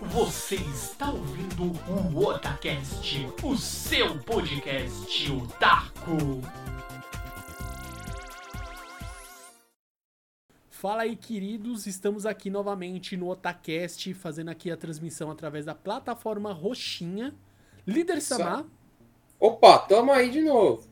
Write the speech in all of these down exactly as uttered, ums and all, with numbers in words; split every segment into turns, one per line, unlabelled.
Você está ouvindo o Otacast, o seu podcast otaku.
Fala aí, queridos, estamos aqui novamente no Otacast, fazendo aqui a transmissão através da plataforma Roxinha. Líder Samar.
Opa, tamo aí de novo.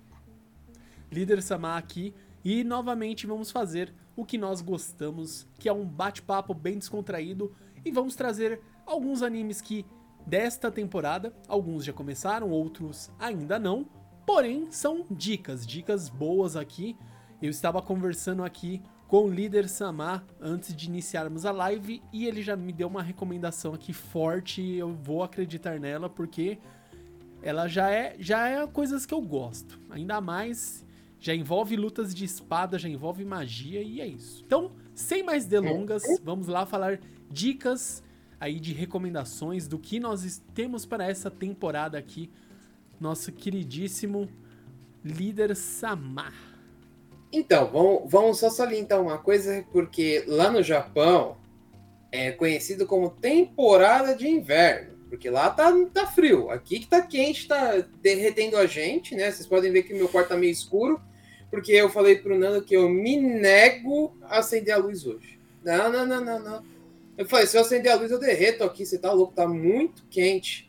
Líder Samar aqui. E novamente vamos fazer o que nós gostamos, que é um bate-papo bem descontraído. E vamos trazer alguns animes que desta temporada, alguns já começaram, outros ainda não. Porém, são dicas, dicas boas aqui. Eu estava conversando aqui com o Líder Samar antes de iniciarmos a live e ele já me deu uma recomendação aqui forte. Eu vou acreditar nela porque ela já é, já é coisas que eu gosto. Ainda mais, já envolve lutas de espada, já envolve magia e é isso. Então, sem mais delongas, vamos lá falar dicas aí de recomendações do que nós temos para essa temporada aqui. Nosso queridíssimo Líder Samar.
Então, vamos, vamos só salientar uma coisa, porque lá no Japão é conhecido como temporada de inverno, porque lá tá, tá frio, aqui que tá quente, tá derretendo a gente, né? Vocês podem ver que meu quarto tá meio escuro, porque eu falei pro Nando que eu me nego a acender a luz hoje. Não, não, não, não, não. Eu falei, se eu acender a luz eu derreto aqui, você tá louco, tá muito quente.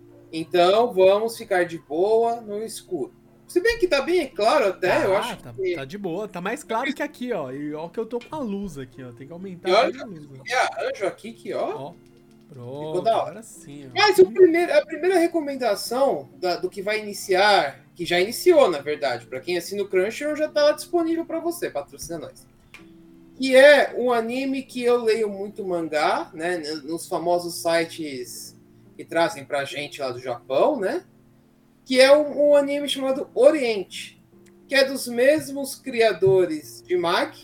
Então vamos ficar de boa no escuro. Se bem que tá bem claro até,
ah,
eu acho
tá,
que...
tá de boa, tá mais claro que aqui, ó. E ó que eu tô com a luz aqui, ó. Tem que aumentar
E olha
a luz.
que arranjo aqui, que ó.
Ó, pronto,
Ficou da hora.
agora sim. Ó.
Mas o primeiro, a primeira recomendação da, do que vai iniciar, que já iniciou, na verdade, para quem assina o Crunchyroll, já tá lá disponível para você, patrocina nós. Que é um anime que eu leio muito mangá, né, nos famosos sites que trazem pra gente lá do Japão, né? Que é um, um anime chamado Oriente, que é dos mesmos criadores de Mag,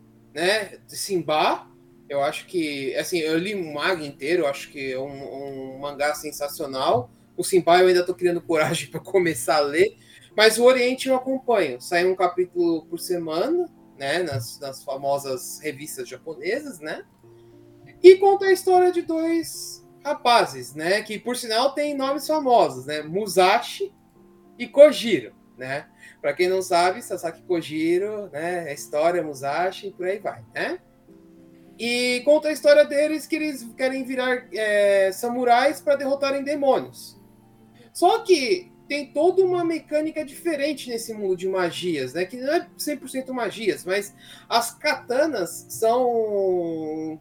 né, de Simba. Eu acho que, assim, eu li o Mag inteiro, eu acho que é um, um mangá sensacional. O Simba eu ainda tô criando coragem para começar a ler, mas o Oriente eu acompanho. Sai um capítulo por semana, né, nas, nas famosas revistas japonesas, né? E conta a história de dois rapazes, né, que por sinal tem nomes famosos, né, Musashi e Kojiro, né? Para quem não sabe, Sasaki Kojiro, né, é história Musashi e por aí vai, né? E conta a história deles que eles querem virar é, samurais para derrotarem demônios. Só que tem toda uma mecânica diferente nesse mundo de magias, né? Que não é cem por cento magias, mas as katanas são...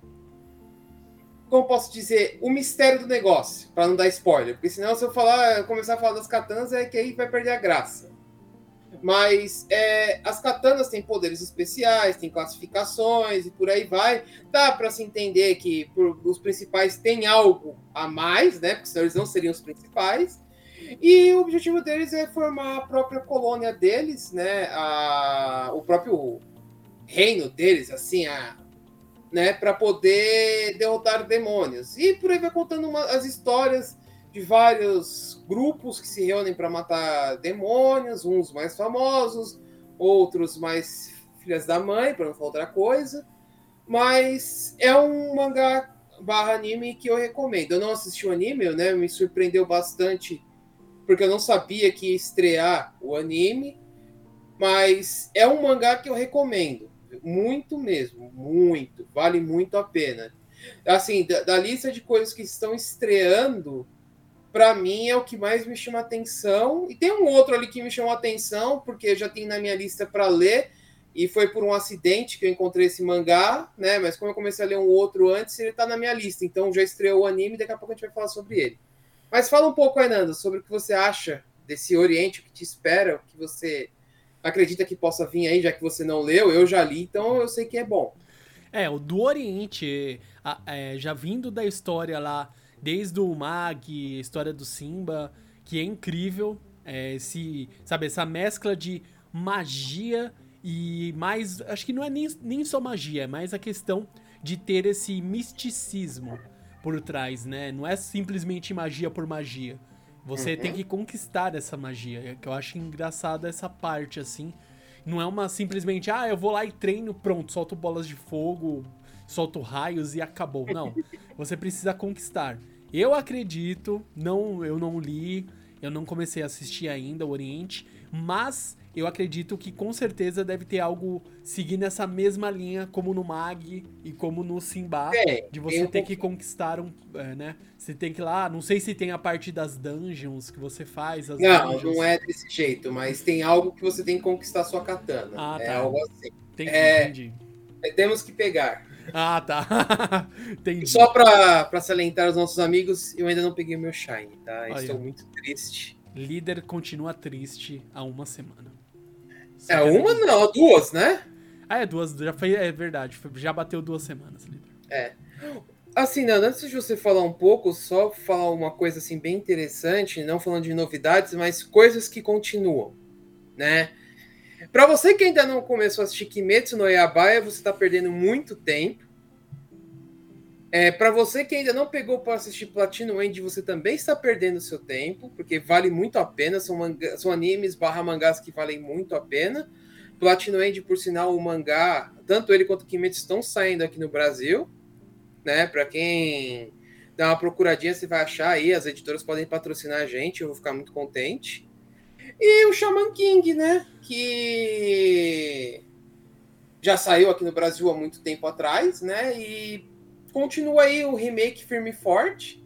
Como posso dizer? O mistério do negócio, para não dar spoiler. Porque senão, se eu falar, começar a falar das katanas, é que aí vai perder a graça. Mas é, as katanas têm poderes especiais, têm classificações e por aí vai. Dá para se entender que por, os principais têm algo a mais, né? Porque senão eles não seriam os principais. E o objetivo deles é formar a própria colônia deles, né? A, o próprio reino deles, assim, a... né, para poder derrotar demônios. E por aí vai contando uma, as histórias de vários grupos que se reúnem para matar demônios, uns mais famosos, outros mais filhas da mãe, para não falar outra coisa. Mas é um mangá barra anime que eu recomendo. Eu não assisti o anime, né, me surpreendeu bastante, porque eu não sabia que ia estrear o anime, mas é um mangá que eu recomendo. Muito mesmo, muito. Vale muito a pena. Assim, da, da lista de coisas que estão estreando, para mim é o que mais me chama atenção. E tem um outro ali que me chamou atenção, porque eu já tenho na minha lista para ler, e foi por um acidente que eu encontrei esse mangá, né? Mas como eu comecei a ler um outro antes, ele tá na minha lista. Então já estreou o anime, daqui a pouco a gente vai falar sobre ele. Mas fala um pouco, Ainanda, sobre o que você acha desse Oriente, o que te espera, o que você... acredita que possa vir aí, já que você não leu, eu já li, então eu sei que é bom.
É, o do Oriente, a, é, já vindo da história lá, desde o Mag, a história do Simba, que é incrível, é, esse, sabe, essa mescla de magia e mais, acho que não é nem, nem só magia, é mais a questão de ter esse misticismo por trás, né? Não é simplesmente magia por magia. Você uhum. tem que conquistar essa magia, que eu acho engraçado essa parte, assim. Não é uma simplesmente, ah, eu vou lá e treino, pronto, solto bolas de fogo, solto raios e acabou. Não, você precisa conquistar. Eu acredito, não, eu não li, eu não comecei a assistir ainda o Oriente, mas eu acredito que com certeza deve ter algo seguindo essa mesma linha, como no Mag e como no Simba,
Tem,
de
tem
você
um
ter que
pouquinho.
conquistar um, é, né? Você tem que ir lá, não sei se tem a parte das dungeons que você faz, as
Não,
dungeons.
não é desse jeito, mas tem algo que você tem que conquistar sua katana.
Ah,
É
tá.
algo assim.
Entendi,
É,
entendi.
é, temos que pegar.
Ah, tá.
E
Entendi.
só pra, pra salientar os nossos amigos, eu ainda não peguei o meu Shine, tá?
Olha.
Estou muito triste.
Líder continua triste há uma semana. Só
É
quero
uma
dizer.
não, duas, né?
Ah, é duas, já foi, é verdade, foi- já bateu duas semanas, líder.
É. Assim, Nando, antes de você falar um pouco, só falar uma coisa assim bem interessante, não falando de novidades, mas coisas que continuam, né? Pra você que ainda não começou a assistir Kimetsu no Yaiba, você tá perdendo muito tempo. É, para você que ainda não pegou para assistir Platinum End, você também está perdendo seu tempo, porque vale muito a pena, são, manga, são animes barra mangás que valem muito a pena. Platinum End, por sinal, o mangá, tanto ele quanto o Kimetsu estão saindo aqui no Brasil, né? Para quem dá uma procuradinha, você vai achar aí, as editoras podem patrocinar a gente, eu vou ficar muito contente. E o Shaman King, né? Que já saiu aqui no Brasil há muito tempo atrás, né? E continua aí o remake firme e forte.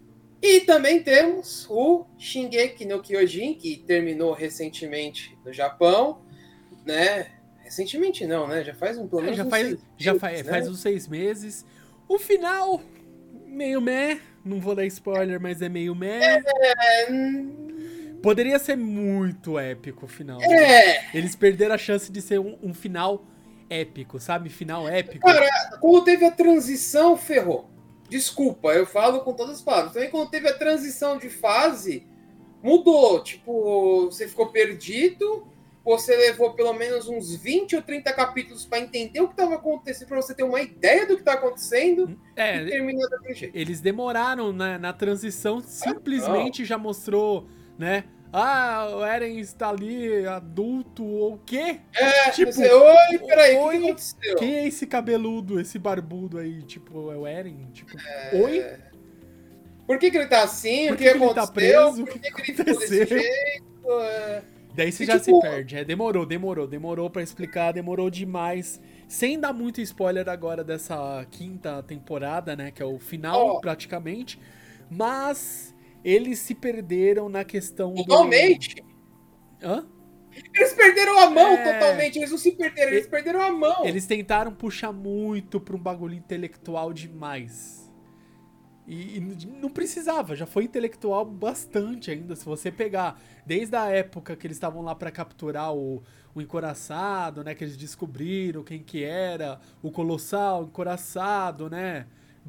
E também temos o Shingeki no Kyojin, que terminou recentemente no Japão, né? Recentemente não, né? Já faz um pelo
É,
menos
já
uns
faz,
seis
já
meses,
faz,
né?
faz uns seis meses. O final, meio meh. Não vou dar spoiler, mas é meio meh.
É, hum,
Poderia ser muito épico o final.
é,
Eles perderam a chance de ser um, um final épico, sabe? Final épico.
cara, quando teve a transição, ferrou. Desculpa, eu falo com todas as palavras. Também quando teve a transição de fase, mudou. Tipo, você ficou perdido, você levou pelo menos uns vinte ou trinta capítulos para entender o que estava acontecendo, para você ter uma ideia do que está acontecendo,
É,
e terminou daquele jeito.
eles demoraram na, na transição, simplesmente já mostrou, né? Ah, o Eren está ali, adulto, ou o quê?
É,
Tipo,
você, oi, peraí, o que,
oi?
que aconteceu?
Quem é esse cabeludo, esse barbudo aí? Tipo, é o Eren? Tipo, oi?
Por que, que ele tá assim?
Por
o
que
que,
que ele tá
aconteceu?
preso?
Por
O
que,
que
que ele ficou desse
aconteceu?
jeito? É.
Daí você
E,
já
tipo,
se perde. É, demorou, demorou, demorou pra explicar, demorou demais. Sem dar muito spoiler agora dessa quinta temporada, né? Que é o final,
Ó.
praticamente. Mas eles se perderam na questão do...
Totalmente.
Hã?
Eles perderam a mão
É.
totalmente. Eles não se perderam, eles
E-
perderam a mão.
Eles tentaram puxar muito pra um bagulho intelectual demais. E, e não precisava, já foi intelectual bastante ainda. Se você pegar desde a época que eles estavam lá pra capturar o, o encoraçado, né? Que eles descobriram quem que era, o colossal, o encoraçado, né?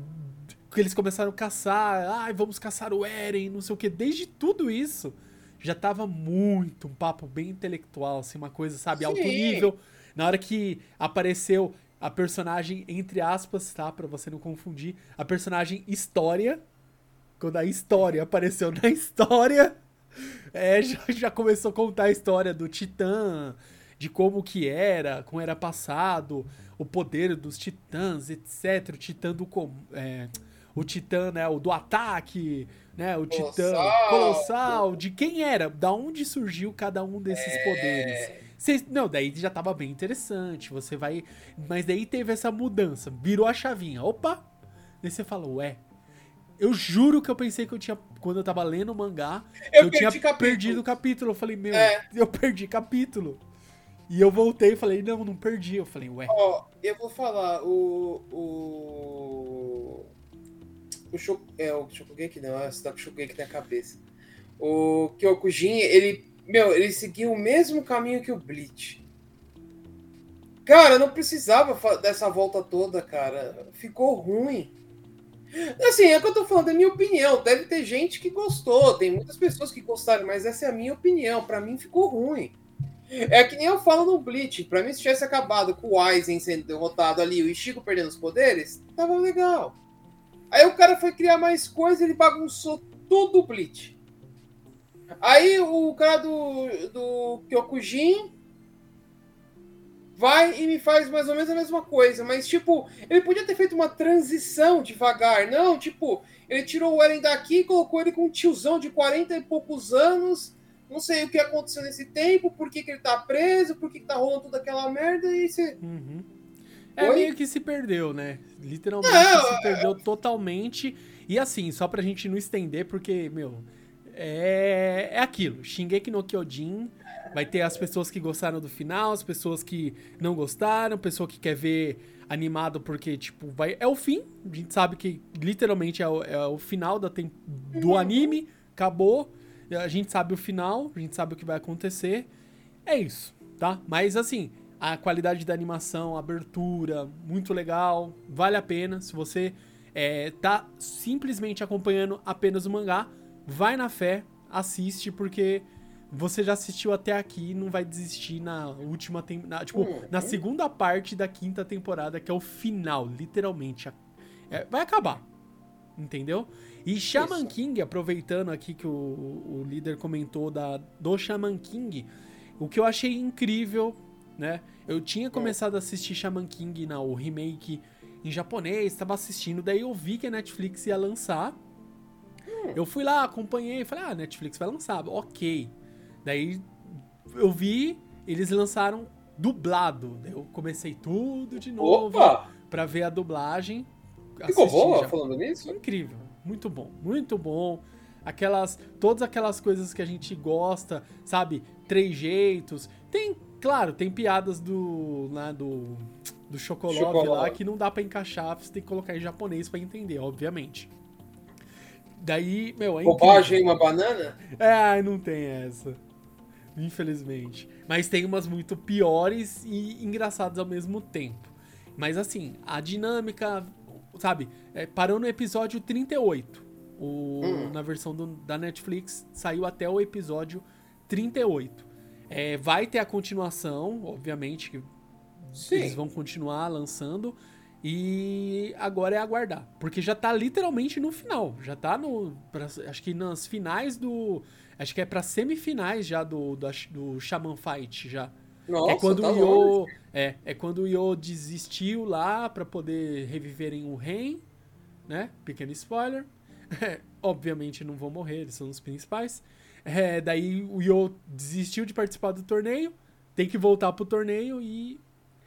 Que eles começaram a caçar, ai, vamos caçar o Eren, não sei o que. Desde tudo isso, já tava muito um papo bem intelectual, assim, uma coisa, sabe, alto
Sim.
nível. Na hora que apareceu a personagem, entre aspas, tá? Pra você não confundir, a personagem História. Quando a História apareceu na história, é, já, já começou a contar a história do Titã, de como que era, como era passado, o poder dos titãs, etcétera. O Titã do... com- É, o Titã, né, o do ataque, né, o Titã
Colossal.
colossal, de quem era, da onde surgiu cada um desses
É.
poderes. Cês- não, daí já tava bem interessante, você vai... Mas daí teve essa mudança, virou a chavinha, opa! Daí você fala, ué, eu juro que eu pensei que eu tinha, quando eu tava lendo o mangá,
Eu
eu,
perdi
tinha
capítulo.
perdido o capítulo. Eu falei, meu,
É.
eu perdi capítulo. E eu voltei e falei, não, não perdi. Eu falei, ué.
Ó, eu vou falar, o. O. O Shok... É, o Shokugeki não, você tá com o Shokugeki na cabeça. O Kyokujin, ele. Meu, ele seguiu o mesmo caminho que o Bleach. Cara, não precisava fa- dessa volta toda, cara. Ficou ruim. Assim, é o que eu tô falando, é a minha opinião. Deve ter gente que gostou, tem muitas pessoas que gostaram, mas essa é a minha opinião. Pra mim ficou ruim. É que nem eu falo no Bleach. Pra mim, se tivesse acabado com o Aizen sendo derrotado ali e o Ichigo perdendo os poderes, tava legal. Aí o cara foi criar mais coisa, ele bagunçou tudo o Bleach. Aí o cara do, do Kyokujin vai e me faz mais ou menos a mesma coisa. Mas, tipo, ele podia ter feito uma transição devagar. Não, tipo, ele tirou o Eren daqui e colocou ele com um tiozão de quarenta e poucos anos. Não sei o que aconteceu nesse tempo, por que, que ele tá preso, por que, que tá rolando toda aquela merda e você...
Uhum. É
Oi?
meio que se perdeu, né? Literalmente
Não,
se perdeu totalmente. E assim, só pra gente não estender, porque, meu, é, é aquilo. Shingeki no Kyojin vai ter as pessoas que gostaram do final, as pessoas que não gostaram, pessoa que quer ver animado porque, tipo, vai, é o fim. A gente sabe que literalmente é o, é o final da tem, do anime, acabou. A gente sabe o final, a gente sabe o que vai acontecer. É isso, tá? Mas assim, a qualidade da animação, a abertura, muito legal, vale a pena. Se você é, tá simplesmente acompanhando apenas o mangá, vai na fé, assiste, porque você já assistiu até aqui e não vai desistir na última temporada. Tipo,
Uhum.
na segunda parte da quinta temporada, que é o final, literalmente. É, vai acabar. Entendeu? E Shaman
Isso.
King, aproveitando aqui que o, o líder comentou da, do Shaman King, o que eu achei incrível, né? Eu tinha começado a assistir Shaman King, na, o remake em japonês, estava assistindo, daí eu vi que a Netflix ia lançar. Eu fui lá, acompanhei, falei, ah, a Netflix vai lançar, ok. Daí eu vi, eles lançaram dublado. Daí eu comecei tudo de novo
Opa!
pra ver a dublagem.
Ficou
assistir
boa
já.
falando nisso?
Incrível, muito bom, muito bom. Aquelas, todas aquelas coisas que a gente gosta, sabe? Trejeitos. Tem, claro, tem piadas do, lá do, do Chocolove,
Chocolove.
lá que não dá pra encaixar, você tem que colocar em japonês pra entender, obviamente. Daí, meu, é
Bobagem,
incrível.
uma banana?
É, ai, não tem essa. Infelizmente. Mas tem umas muito piores e engraçadas ao mesmo tempo. Mas assim, a dinâmica, sabe? É, parou no episódio trinta e oito. O,
Hum.
Na versão do- da Netflix, saiu até o episódio trinta e oito. É, vai ter a continuação, obviamente, que
Sim.
eles vão continuar lançando. E agora é aguardar. Porque já tá literalmente no final. Já tá no. pra- acho que nas finais do. Acho que é pra semifinais já do, do, do Shaman Fight já.
Nossa,
é quando
tá
o Yo.
longe.
É, é quando o Yo desistiu lá pra poder reviverem o Ren, né? Pequeno spoiler. Obviamente não vão morrer, eles são os principais. É, daí o Yo desistiu de participar do torneio, tem que voltar pro torneio e.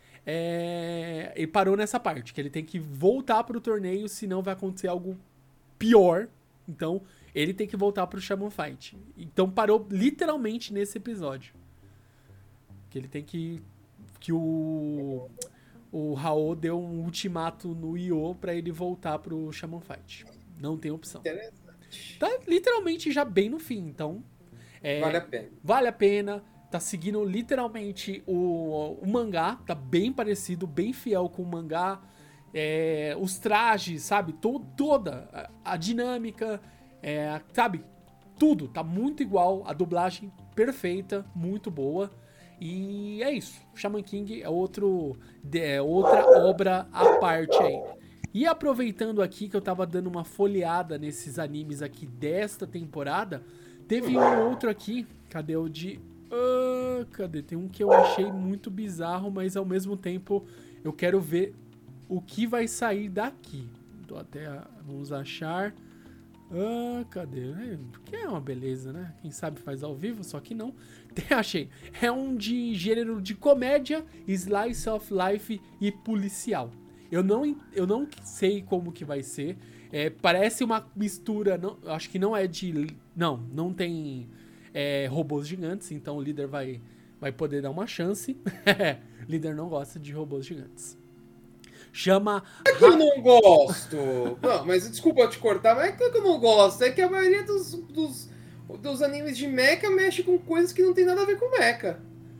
É, ele parou nessa parte, que ele tem que voltar pro torneio, senão vai acontecer algo pior. Então, ele tem que voltar pro Shaman Fight. Então, parou literalmente nesse episódio. Que ele tem que... Que o... O Raul deu um ultimato no Io pra ele voltar pro Shaman Fight. Não tem opção.
Interessante.
Tá literalmente já bem no fim, então... é,
Vale a pena.
Vale a pena. Tá seguindo literalmente o, o mangá. Tá bem parecido, bem fiel com o mangá. É, os trajes, sabe? To, toda a, a dinâmica, é, sabe? Tudo tá muito igual. A dublagem perfeita, muito boa. E é isso. Shaman King é, outro, é outra obra à parte aí. E aproveitando aqui que eu tava dando uma folheada nesses animes aqui desta temporada, teve um outro aqui. Cadê o de... Ah, cadê? Tem um que eu achei muito bizarro, mas ao mesmo tempo eu quero ver o que vai sair daqui. Tô até... Vamos achar... Ah, cadê? É, que é uma beleza, né? Quem sabe faz ao vivo, só que não. Tem, achei. É um de gênero de comédia, slice of life e policial. Eu não, eu não sei como que vai ser. É, parece uma mistura... Não, acho que não é de... Não, não tem... É, robôs gigantes, então o líder vai, vai poder dar uma chance. O líder não gosta de robôs gigantes. Chama...
É que eu não gosto. Não, mas desculpa te cortar, mas é que eu não gosto. É que a maioria dos, dos, dos animes de mecha mexe com coisas que não tem nada a ver com mecha.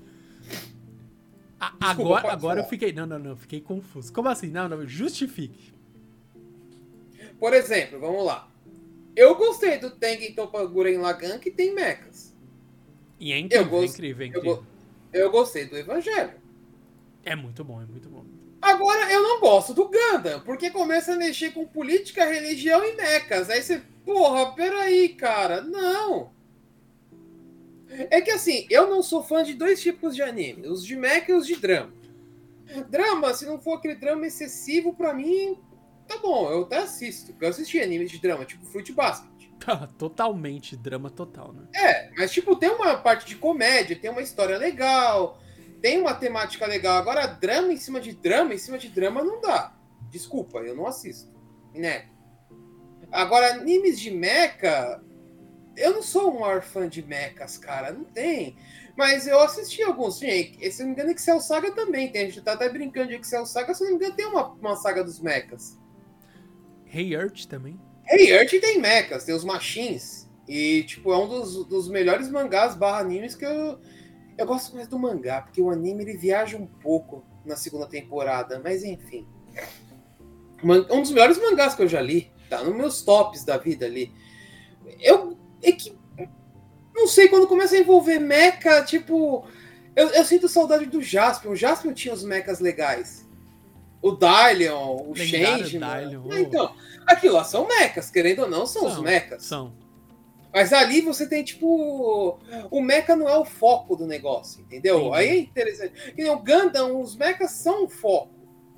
A-
Desculpa,
agora
pode
agora eu
falar.
fiquei... Não, não, não. Fiquei confuso. Como assim? Não, não. Justifique.
Por exemplo, vamos lá. Eu gostei do Tengen Toppa Gurren Lagann, que tem mechas.
E é incrível,
Eu gosto-
é incrível, é
Eu,
incrível.
go- eu gostei do Evangelho.
É muito bom, é muito bom.
Agora, eu não gosto do Gundam, porque começa a mexer com política, religião e mechas. Aí você, porra, peraí, cara, não. É que assim, eu não sou fã de dois tipos de anime, os de mecha e os de drama. Drama, se não for aquele drama excessivo, pra mim, tá bom, eu até assisto. Eu assisti anime de drama, tipo Fruit Basket.
Totalmente, drama total, né?
É, mas tipo, tem uma parte de comédia, tem uma história legal, tem uma temática legal. Agora, drama em cima de drama, em cima de drama não dá. Desculpa, eu não assisto. Né? Agora, animes de mecha, eu não sou um maior fã de mechas, cara, não tem. Mas eu assisti alguns. Gente, se não me engano, Excel Saga também tem. A gente tá até brincando de Excel Saga, se não me engano, tem uma, uma saga dos mechas.
Hey Earth também.
Hey Earth tem mechas, tem os machins. E, tipo, é um dos, dos melhores mangás barra animes que eu... Eu gosto mais do mangá, porque o anime ele viaja um pouco na segunda temporada, mas enfim. Um dos melhores mangás que eu já li, tá nos meus tops da vida ali. Eu... É que... Não sei, quando começa a envolver mecha, tipo... Eu, eu sinto saudade do Jaspion. O Jaspion tinha os mechas legais. O Dylion, o Change. Então, aquilo lá são mechas, querendo ou não, são, são os mechas.
São.
Mas ali você tem, tipo... O mecha não é o foco do negócio, entendeu? Entendi. Aí é interessante. E o Gundam, os mechas são o foco.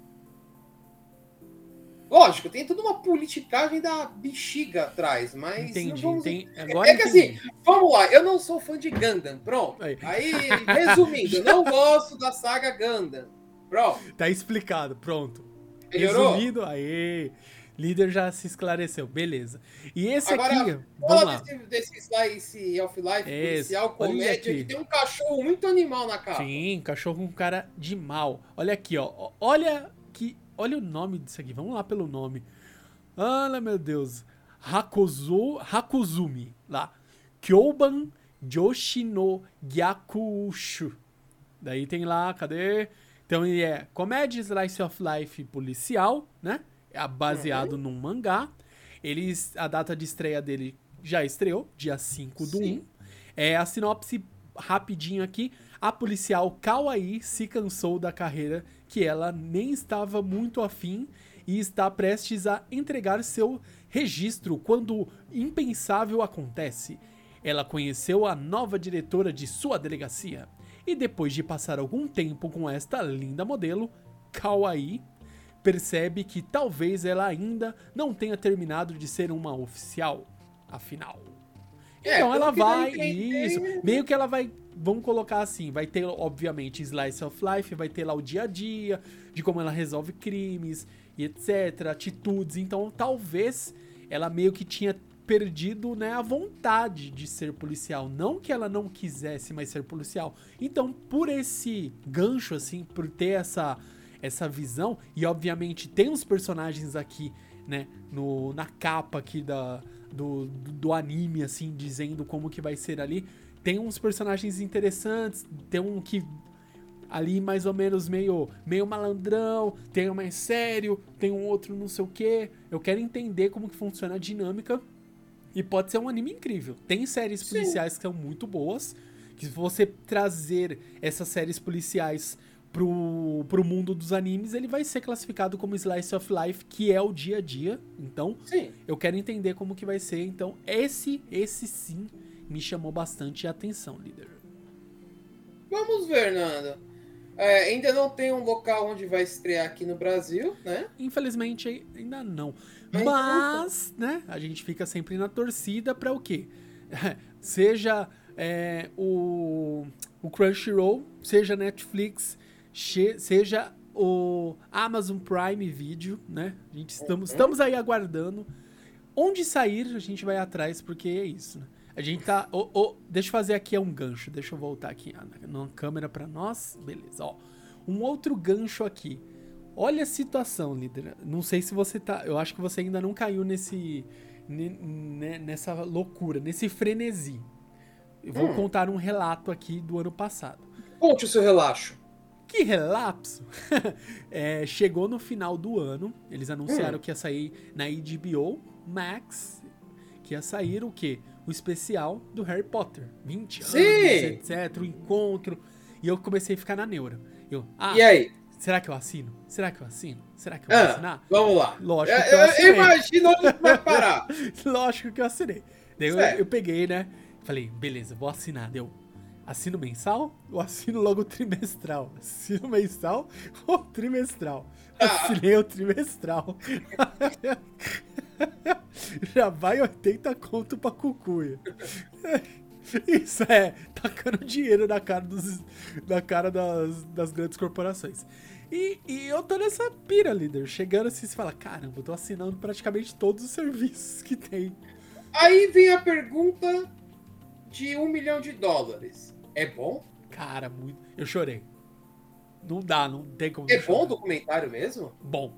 Lógico, tem toda uma politicagem da bexiga atrás, mas...
Entendi,
vamos...
entendi. Agora
é que
entendi.
assim, vamos lá, eu não sou fã de Gundam, pronto. Aí, Aí resumindo, eu não gosto da saga Gundam. Pronto.
Tá explicado, pronto.
Melhorou?
Resumido, aí... Líder já se esclareceu, beleza. E esse
Agora,
aqui, vamos lá.
Desse, desse Slice of Life policial,
Olha
comédia,
aqui.
que tem um cachorro muito animal na capa.
Sim, cachorro com cara de mal. Olha aqui, ó. Olha que, olha o nome disso aqui. Vamos lá pelo nome. Olha, meu Deus. Hakuzu, Hakuzumi, lá. Kyoban Joshi no Gyakushu. Daí tem lá, cadê? Então ele é comédia, slice of life policial, né? É baseado uhum. num mangá. Eles, a data de estreia dele já estreou, dia cinco do um. É a sinopse rapidinho aqui. A policial Kawaii se cansou da carreira que ela nem estava muito afim e está prestes a entregar seu registro quando o impensável acontece. Ela conheceu a nova diretora de sua delegacia e depois de passar algum tempo com esta linda modelo, Kawaii percebe que talvez ela ainda não tenha terminado de ser uma oficial, afinal.
É,
então ela vai, isso, meio que ela vai, vamos colocar assim, vai ter obviamente Slice of Life, vai ter lá o dia a dia, de como ela resolve crimes e etc, atitudes, então talvez ela meio que tinha perdido, né, a vontade de ser policial, não que ela não quisesse mais ser policial. Então, por esse gancho assim, por ter essa essa visão, e obviamente tem uns personagens aqui, né, no, na capa aqui da, do, do, do anime, assim, dizendo como que vai ser ali, tem uns personagens interessantes, tem um que ali mais ou menos meio, meio malandrão, tem um mais sério, tem um outro não sei o que, eu quero entender como que funciona a dinâmica, e pode ser um anime incrível. Tem séries policiais Sim. que são muito boas, que se você trazer essas séries policiais Pro, pro mundo dos animes, ele vai ser classificado como Slice of Life, que é o dia a dia. Então,
sim.
eu quero entender como que vai ser. Então, esse, esse sim me chamou bastante a atenção, líder.
Vamos ver, Nando. É, ainda não tem um local onde vai estrear aqui no Brasil, né?
Infelizmente, ainda não.
Ainda
Mas, não. né, a gente fica sempre na torcida pra o quê? Seja é, o, o Crunchyroll, seja Netflix, seja o Amazon Prime Video, né? A gente estamos, estamos aí aguardando. Onde sair, a gente vai atrás, porque é isso, né? A gente tá... Oh, oh, deixa eu fazer aqui um gancho. Deixa eu voltar aqui na câmera pra nós. Beleza, ó. Um outro gancho aqui. Olha a situação, líder. Não sei se você tá... Eu acho que você ainda não caiu nesse... Nessa loucura, nesse frenesi. Eu vou hum. contar um relato aqui do ano passado.
Conte o seu relaxo.
Que relapso! é, chegou no final do ano, eles anunciaram hum. que ia sair na H B O Max, que ia sair o quê? O especial do Harry Potter. vinte
Sim.
anos, etcétera. O encontro. E eu comecei a ficar na neura. Eu, ah,
e aí?
Será que eu assino? Será que eu assino? Será que eu vou
ah,
assinar?
Vamos lá.
Lógico
eu,
que eu assinei.
Eu imagino onde vai parar.
Lógico que eu assinei. Daí eu, eu peguei, né? Falei, beleza, vou assinar. Deu. Assino mensal ou assino logo trimestral? Assino mensal ou trimestral? Assinei o trimestral. Já vai oitenta conto pra cucuia. Isso é, tacando dinheiro na cara, dos, na cara das, das grandes corporações. E, e eu tô nessa pira, líder. Chegando assim, você fala, caramba, eu tô assinando praticamente todos os serviços que tem.
Aí vem a pergunta de um milhão de dólares. É bom?
Cara, muito. Eu chorei. Não dá, não tem como.
É bom o documentário mesmo?
Bom.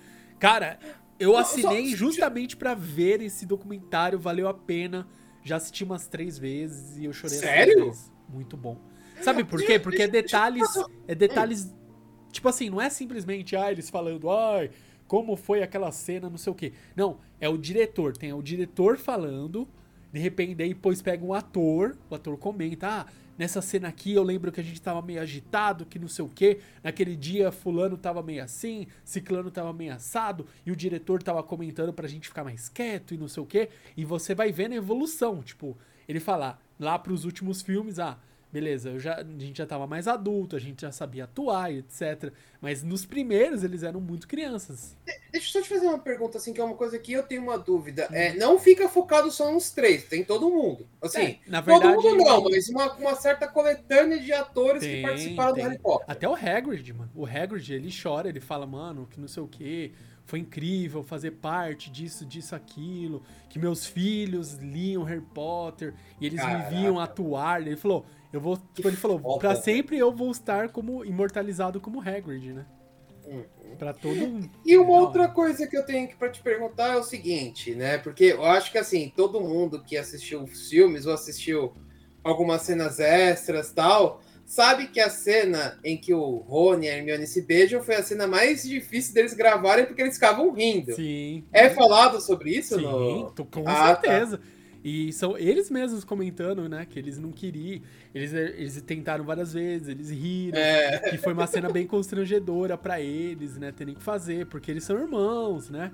Cara, eu
Só-
assinei
só-
justamente pra ver esse documentário, valeu a pena. Já assisti umas três vezes e eu chorei as
Sério?
três vezes. Muito bom. Sabe por quê? Porque é detalhes. É detalhes. Tipo assim, não é simplesmente, ah, eles falando, ai, como foi aquela cena, não sei o quê. Não, é o diretor. Tem o diretor falando, de repente, daí depois pega um ator, o ator comenta, ah, nessa cena aqui eu lembro que a gente tava meio agitado, que não sei o quê. Naquele dia fulano tava meio assim, ciclano tava meio assado, e o diretor tava comentando pra gente ficar mais quieto e não sei o quê. E você vai vendo a evolução, tipo, ele fala lá pros últimos filmes, ah, beleza, eu já, a gente já tava mais adulto, a gente já sabia atuar e etcétera. Mas nos primeiros eles eram muito crianças.
Deixa eu só te fazer uma pergunta, assim, que é uma coisa que eu tenho uma dúvida. É, não fica focado só nos três, tem todo mundo. Assim,
É, na verdade,
todo mundo não, mas uma, uma certa coletânea de atores
Tem,
que participaram
tem.
do Harry Potter.
Até o Hagrid, mano. O Hagrid, ele chora, ele fala, mano, que não sei o que, foi incrível fazer parte disso, disso, aquilo, que meus filhos liam Harry Potter e eles
Caraca.
me viam atuar. Ele falou, eu vou, tipo, ele falou,
foda.
pra sempre eu vou estar como imortalizado como Hagrid, né?
Uhum.
Pra todo mundo.
E uma
É,
outra
ó.
coisa que eu tenho que pra te perguntar é o seguinte, né? Porque eu acho que assim, todo mundo que assistiu os filmes ou assistiu algumas cenas extras e tal, sabe que a cena em que o Rony e a Hermione se beijam foi a cena mais difícil deles gravarem porque eles ficavam rindo.
Sim.
É falado sobre isso?
Sim,
no...
tô com
Ah,
certeza. E são eles mesmos comentando, né, que eles não queriam, eles, eles tentaram várias vezes, eles riram,
É.
que foi uma cena bem constrangedora pra eles, né, terem que fazer, porque eles são irmãos, né.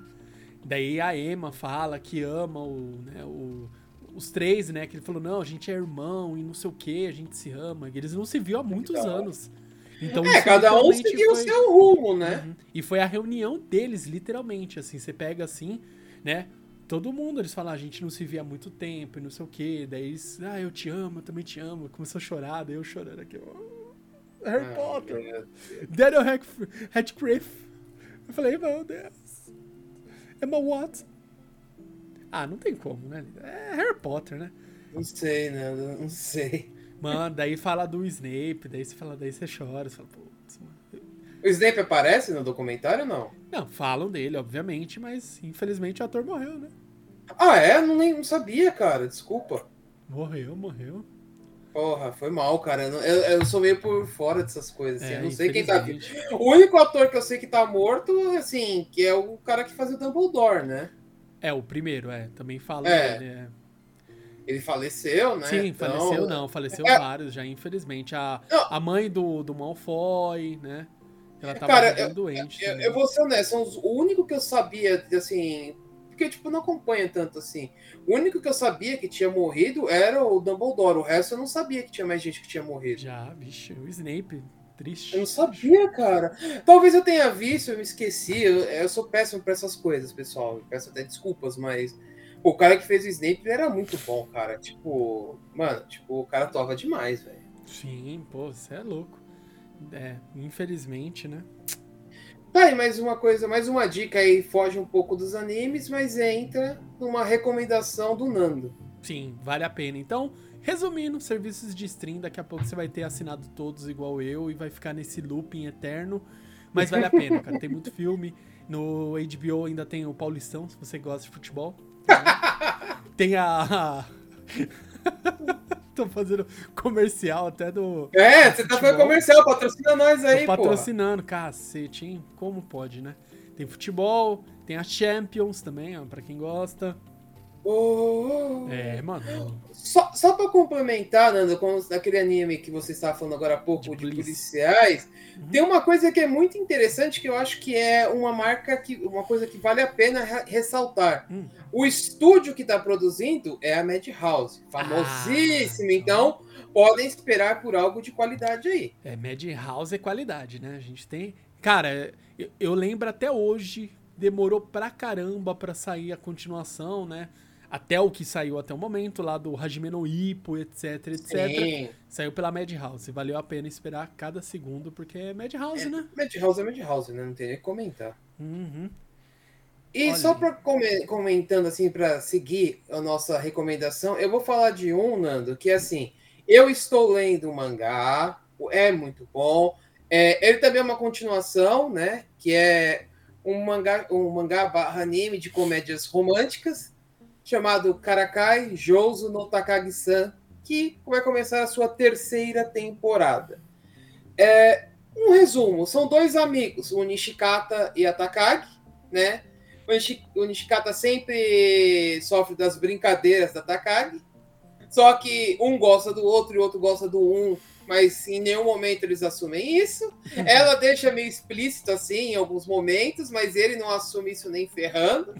Daí a Emma fala que ama o, né, o, os três, né, que ele falou, não, a gente é irmão e não sei o que, a gente se ama, e eles não se viam há muitos
Legal.
anos. Então,
É,
isso
cada um
literalmente
seguiu o
foi-
seu rumo, né?
Uhum. E foi a reunião deles, literalmente, assim, você pega assim, né, todo mundo, eles falam, ah, a gente não se via há muito tempo e não sei o que, daí eles, ah, eu te amo, eu também te amo, começou a chorar, daí eu chorando aqui, oh, Harry
Ah,
Potter,
meu
Daniel Radcliffe, Radcliffe. Eu falei, meu Deus, Emma Watson. Ah, não tem como, né? É Harry Potter, né?
Não sei, né? Não sei.
Mano, daí fala do Snape, daí você fala, daí você chora, você fala, putz, mano.
O Snape aparece no documentário ou não?
Não, falam dele, obviamente, mas infelizmente o ator morreu, né?
Ah, é? Não, nem, não sabia, cara. Desculpa.
Morreu, morreu.
Porra, foi mal, cara. Eu, não- eu, eu sou meio por fora dessas coisas, assim.
É,
eu não sei quem tá vivo.
infelizmente.
O único ator que eu sei que tá morto, assim, que é o cara que fazia o Dumbledore, né?
É, o primeiro, é. Também fala
É.
dele, é.
Ele faleceu, né?
Sim,
Então-
faleceu não, faleceu
É.
vários já, infelizmente. A,
Não.
a mãe do, do Malfoy, né? Ela tava
Cara,
bem doente.
Eu,
também.
eu vou ser honesto, são os- o único que eu sabia, assim. Porque, tipo, não acompanha tanto assim. O único que eu sabia que tinha morrido era o Dumbledore. O resto eu não sabia que tinha mais gente que tinha morrido.
Já, vixe, o Snape, triste.
Eu não sabia, cara. Talvez eu tenha visto, eu me esqueci. Eu, eu sou péssimo pra essas coisas, pessoal. Eu peço até desculpas, mas. Pô, o cara que fez o Snape ele era muito bom, cara. Tipo, mano, tipo, o cara atuava demais, velho.
Sim, pô, você é louco. É, infelizmente, né?
Tá aí mais uma coisa, mais uma dica aí, foge um pouco dos animes, mas entra numa recomendação do Nando.
Sim, vale a pena. Então, resumindo, serviços de stream, daqui a pouco você vai ter assinado todos igual eu e vai ficar nesse looping eterno. Mas vale a pena, cara. Tem muito filme. No H B O ainda tem o Paulistão, se você gosta de futebol. Tem a. Tô fazendo comercial até do.
É, você tá
futebol.
fazendo comercial, patrocina nós aí,
Tô
pô.
patrocinando, cacete, hein? Como pode, né? Tem futebol, tem a Champions também, ó, pra quem gosta.
Oh.
É, mano.
Só, só pra complementar, Nando, com aquele anime que você estava falando agora há pouco, de, de policiais, uhum. Tem uma coisa que é muito interessante, que eu acho que é uma marca, que, uma coisa que vale a pena ressaltar. Hum. O estúdio que está produzindo é a Madhouse, famosíssima, ah, então podem esperar por algo de qualidade aí.
É, Madhouse é qualidade, né? A gente tem... Cara, eu, eu lembro até hoje, demorou pra caramba pra sair a continuação, né? Até o que saiu até o momento, lá do Hajime no Ippo, etc, etcétera. Sim. Saiu pela Madhouse. Valeu a pena esperar cada segundo, porque é Madhouse,
é,
né?
Madhouse é Madhouse, né? Não tem nem que comentar.
Uhum.
E Olha só para comentando, assim, para seguir a nossa recomendação, eu vou falar de um, Nando, que assim, eu estou lendo o mangá, é muito bom. É, ele também é uma continuação, né? Que é um mangá, um mangá barra anime de comédias românticas, chamado Karakai Jouzo no Takagi-san, que vai começar a sua terceira temporada. É, um resumo, são dois amigos, o Nishikata e a Takagi, né? O Nishikata sempre sofre das brincadeiras da Takagi, só que um gosta do outro e o outro gosta do um, mas em nenhum momento eles assumem isso. Ela deixa meio explícito assim em alguns momentos, mas ele não assume isso nem ferrando.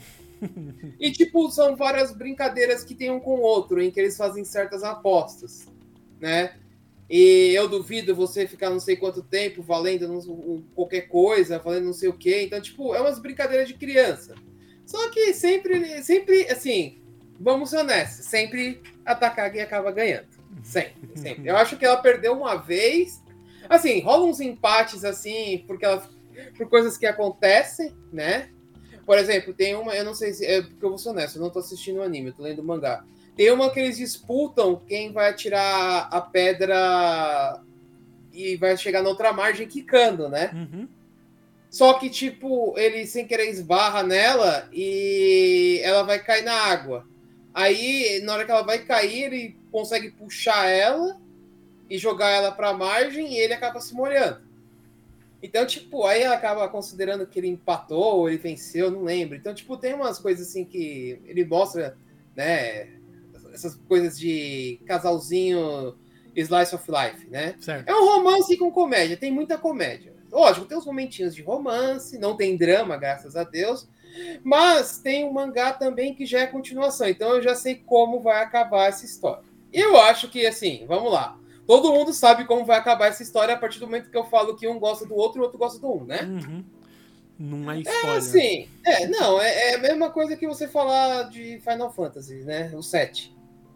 E, tipo, são várias brincadeiras que tem um com o outro, em que eles fazem certas apostas, né? E eu duvido você ficar não sei quanto tempo valendo não, qualquer coisa, valendo não sei o quê. Então, tipo, é umas brincadeiras de criança. Só que sempre, sempre, assim, vamos ser honestos, sempre a Takagi acaba ganhando. Sempre, sempre. Eu acho que ela perdeu uma vez. Assim, rola uns empates, assim, porque ela, por coisas que acontecem, né? Por exemplo, tem uma, eu não sei se, é porque eu vou ser honesto, eu não tô assistindo o anime, eu tô lendo o mangá. Tem uma que eles disputam quem vai atirar a pedra e vai chegar na outra margem quicando, né?
Uhum.
Só que, tipo, ele sem querer esbarra nela e ela vai cair na água. Aí, na hora que ela vai cair, ele consegue puxar ela e jogar ela pra margem e ele acaba se molhando. Então, tipo, aí ela acaba considerando que ele empatou ou ele venceu, não lembro. Então, tipo, tem umas coisas assim que ele mostra, né? Essas coisas de casalzinho slice of life, né?
Certo.
É um romance com comédia, tem muita comédia. Lógico, tem uns momentinhos de romance, não tem drama, graças a Deus. Mas tem um mangá também que já é continuação. Então eu já sei como vai acabar essa história. E eu acho que, assim, vamos lá. Todo mundo sabe como vai acabar essa história a partir do momento que eu falo que um gosta do outro e o outro gosta do um, né?
Uhum. Não é spoiler.
É assim, é, não, é, é a mesma coisa que você falar de Final Fantasy, né? O sete.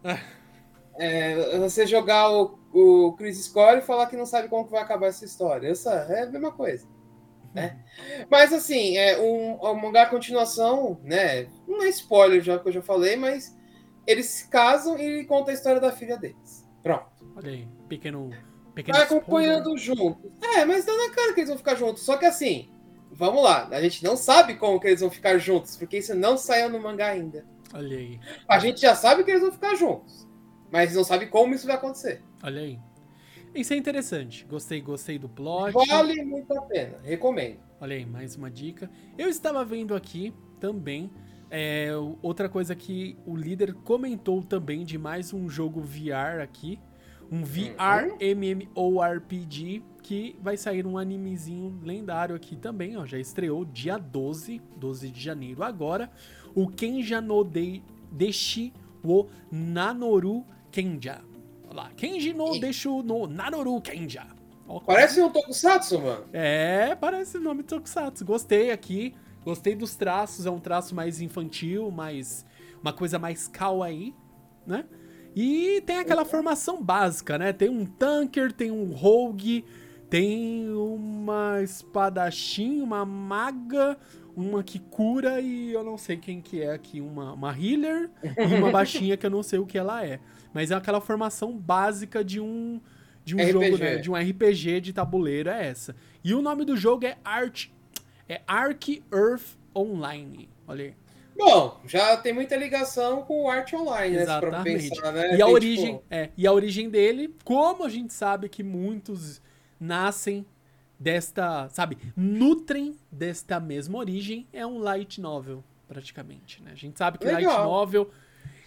É, você jogar o, o Crisis Core e falar que não sabe como que vai acabar essa história. Essa é a mesma coisa. Né? Uhum. Mas assim, é um, um mangá continuação, né? Não é spoiler já que eu já falei, mas eles se casam e conta a história da filha deles. Pronto.
Olha aí, pequeno. pequeno
Vai acompanhando juntos. É, mas dá na cara que eles vão ficar juntos. Só que assim, vamos lá, a gente não sabe como que eles vão ficar juntos, porque isso não saiu no mangá ainda.
Olha aí.
A gente já sabe que eles vão ficar juntos, mas não sabe como isso vai acontecer.
Olha aí. Isso é interessante. Gostei, gostei do plot.
Vale muito a pena, recomendo.
Olha aí, mais uma dica. Eu estava vendo aqui também, é, outra coisa que o líder comentou também de mais um jogo V R aqui. Um V R uhum. MMORPG que vai sair um animezinho lendário aqui também, ó. Já estreou dia doze, doze de janeiro agora. O Kenja no de, Deshi wo Nanoru Kenja. Olha lá, Kenji no Deshu no Nanoru Kenja. Ó,
parece um Tokusatsu, mano.
É, parece o nome de Tokusatsu. Gostei aqui. Gostei dos traços. É um traço mais infantil, mais uma coisa mais kawaii, né? E tem aquela formação básica, né? Tem um tanker, tem um rogue, tem uma espadachim, uma maga, uma que cura e eu não sei quem que é aqui, uma, uma healer e uma baixinha que eu não sei o que ela é. Mas é aquela formação básica de um, de um jogo, né? De um R P G de tabuleiro, é essa. E o nome do jogo é Arch, é Ark Earth Online. Olha aí.
Bom, já tem muita ligação com o Art Online,
exatamente,
né? Pensar, né?
E, a
tem,
origem,
tipo...
é, e a origem dele, como a gente sabe que muitos nascem desta, sabe, nutrem desta mesma origem, é um light novel, praticamente, né? A gente sabe que
Legal.
light novel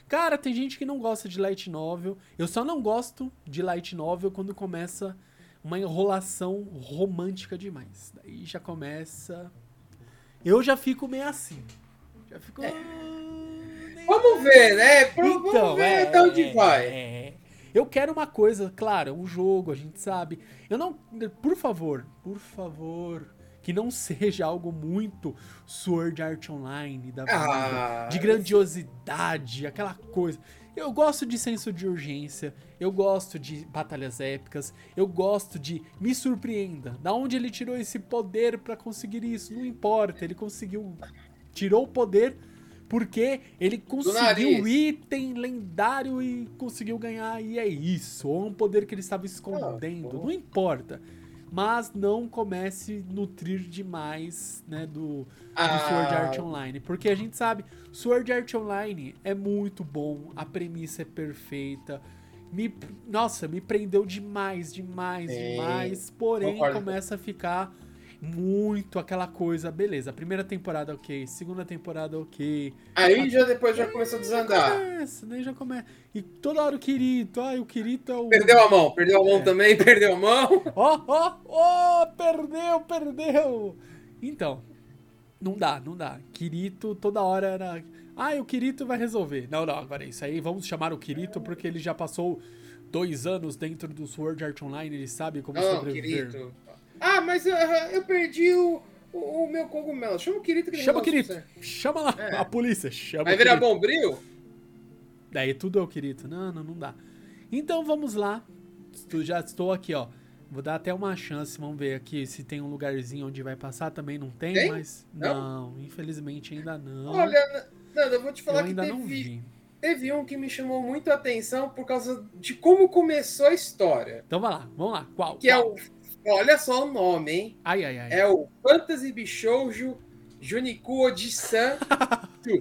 Cara, tem gente que não gosta de light novel. Eu só não gosto de light novel quando começa uma enrolação romântica demais. Daí já começa... Eu já fico meio assim. Já fico...
É. Vamos ver, né? Pro,
Então,
vamos ver
é,
até onde
é,
vai.
é. Eu quero uma coisa, claro, um jogo, a gente sabe. Eu não... Por favor, por favor... Que não seja algo muito Sword Art Online da vida,
Ah,
de grandiosidade, aquela coisa. Eu gosto de senso de urgência, eu gosto de batalhas épicas, eu gosto de me surpreenda. Da onde ele tirou esse poder pra conseguir isso? Não importa, ele conseguiu, tirou o poder porque ele conseguiu o item lendário e conseguiu ganhar, e é isso. Ou um poder que ele estava escondendo,
Ah,
não importa. Mas não comece a nutrir demais, né, do, do
Ah.
Sword Art Online. Porque a gente sabe, Sword Art Online é muito bom, a premissa é perfeita. Me, nossa, me prendeu demais, demais,
Sim,
demais. Porém,
concordo.
começa a ficar muito aquela coisa. Beleza, a primeira temporada ok, segunda temporada ok.
Aí já depois já começou a desandar.
Começa, né, já começa. E toda hora o Kirito, ai, o Kirito é o...
Perdeu a mão, perdeu a mão também, perdeu a mão.
Ó, ó, ó, perdeu, perdeu. Então, não dá, não dá. Kirito toda hora era... Ah, o Kirito vai resolver. Não, não, agora é isso aí. Vamos chamar o Kirito porque ele já passou dois anos dentro do Sword Art Online, ele sabe como
Não,
sobreviver.
Kirito. Ah, mas eu, eu perdi o, o, o meu cogumelo. Chama o Kirito que ele
Chama o
resolve
Kirito,
isso.
chama lá
É.
a polícia, chama
Vai
o
virar
Kirito.
bombril?
Daí tudo é o Kirito. Não, não, não dá. Então vamos lá. Estou- Já estou aqui, ó. Vou dar até uma chance. Vamos ver aqui se tem um lugarzinho onde vai passar. Também não tem,
Tem?
mas...
Não?
Não, infelizmente ainda não.
Olha, Nando, eu vou te
eu
falar que
ainda não
teve,
vi.
teve um que me chamou muito a atenção por causa de como começou a história.
Então vai lá, vamos lá. Qual?
Que é
Qual?
o. Olha só o nome, hein?
Ai, ai, ai.
É o Fantasy Bishoujo Juniku Oji-san dois.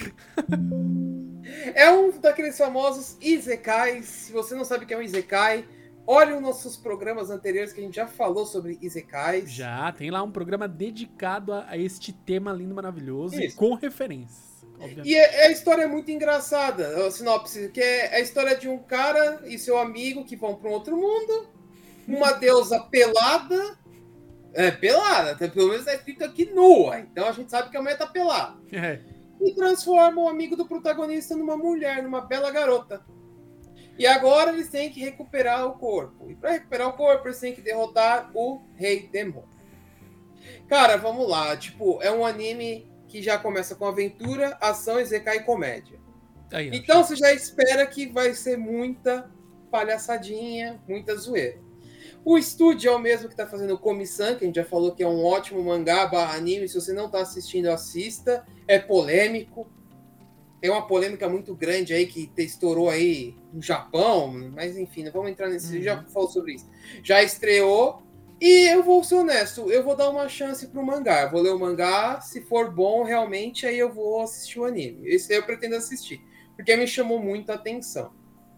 É um daqueles famosos Isekais. Se você não sabe o que é um Isekai, olhe os nossos programas anteriores que a gente já falou sobre Isekais.
Já, tem lá um programa dedicado a, a este tema lindo, maravilhoso e
Isso.
com referências, obviamente.
E é- a história é muito engraçada, a sinopse, que é a história de um cara e seu amigo que vão para um outro mundo, uma deusa pelada, é, pelada, até pelo menos é escrito aqui nua, então a gente sabe que a mulher tá pelada,
É.
e transforma o amigo do protagonista numa mulher, numa bela garota. E agora eles têm que recuperar o corpo. E para recuperar o corpo, eles têm que derrotar o Rei Demônio. Cara, vamos lá. Tipo, é um anime que já começa com aventura, ação, isekai e comédia.
Aí, ó.
Então você já espera que vai ser muita palhaçadinha, muita zoeira. O estúdio é o mesmo que tá fazendo o Komi-san, que a gente já falou que é um ótimo mangá barra anime. Se você não tá assistindo, assista. É polêmico. Tem uma polêmica muito grande aí que estourou aí no Japão, mas enfim, não vamos entrar nesse.
Uhum.
Já falou sobre isso. Já estreou. E eu vou ser honesto, eu vou dar uma chance pro mangá. Eu vou ler o mangá, se for bom, realmente, aí eu vou assistir o anime. Esse aí eu pretendo assistir, porque me chamou muito a atenção.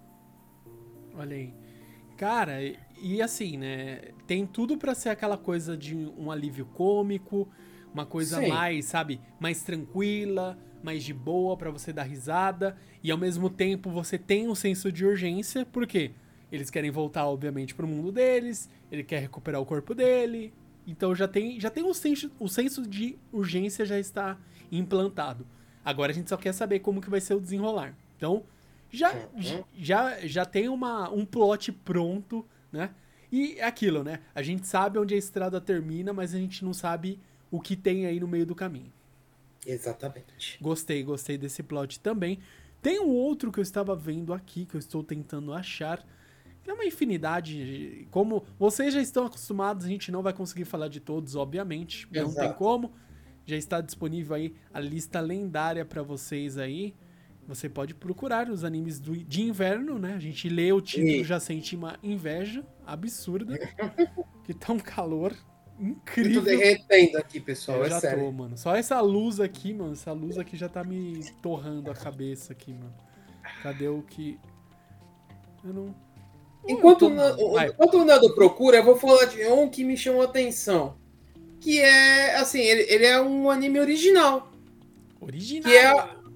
Olha aí. Cara, e, e assim, né? Tem tudo pra ser aquela coisa de um alívio cômico, uma coisa
Sim.
mais, sabe, mais tranquila, mais de boa pra você dar risada. E ao mesmo tempo você tem um senso de urgência, por quê? Eles querem voltar, obviamente, pro mundo deles, ele quer recuperar o corpo dele. Então já tem, já tem um senso, o senso de urgência já está implantado. Agora a gente só quer saber como que vai ser o desenrolar. Então, já,
Uhum.
já, já tem uma, um plot pronto, né? E é aquilo, né? A gente sabe onde a estrada termina, mas a gente não sabe o que tem aí no meio do caminho.
Exatamente.
Gostei, gostei desse plot também. Tem um outro que eu estava vendo aqui, que eu estou tentando achar. É uma infinidade. Como vocês já estão acostumados, a gente não vai conseguir falar de todos, obviamente. Não
Exato.
tem como. Já está disponível aí a lista lendária para vocês aí. Você pode procurar os animes do, de inverno, né? A gente lê o título e
E-
já sente uma inveja absurda. Que tá um calor
Eu
incrível.
tô derretendo aqui, pessoal,
Eu
é
já
sério.
tô, mano. Só essa luz aqui, mano. Essa luz aqui já tá me torrando a cabeça aqui, mano. Cadê o que... Eu não...
Enquanto,
Eu
o
tô-
Nando-
Vai.
enquanto o Nando procura, eu vou falar de um que me chamou a atenção. Que é, assim, ele, ele é um anime original.
Original.
Que é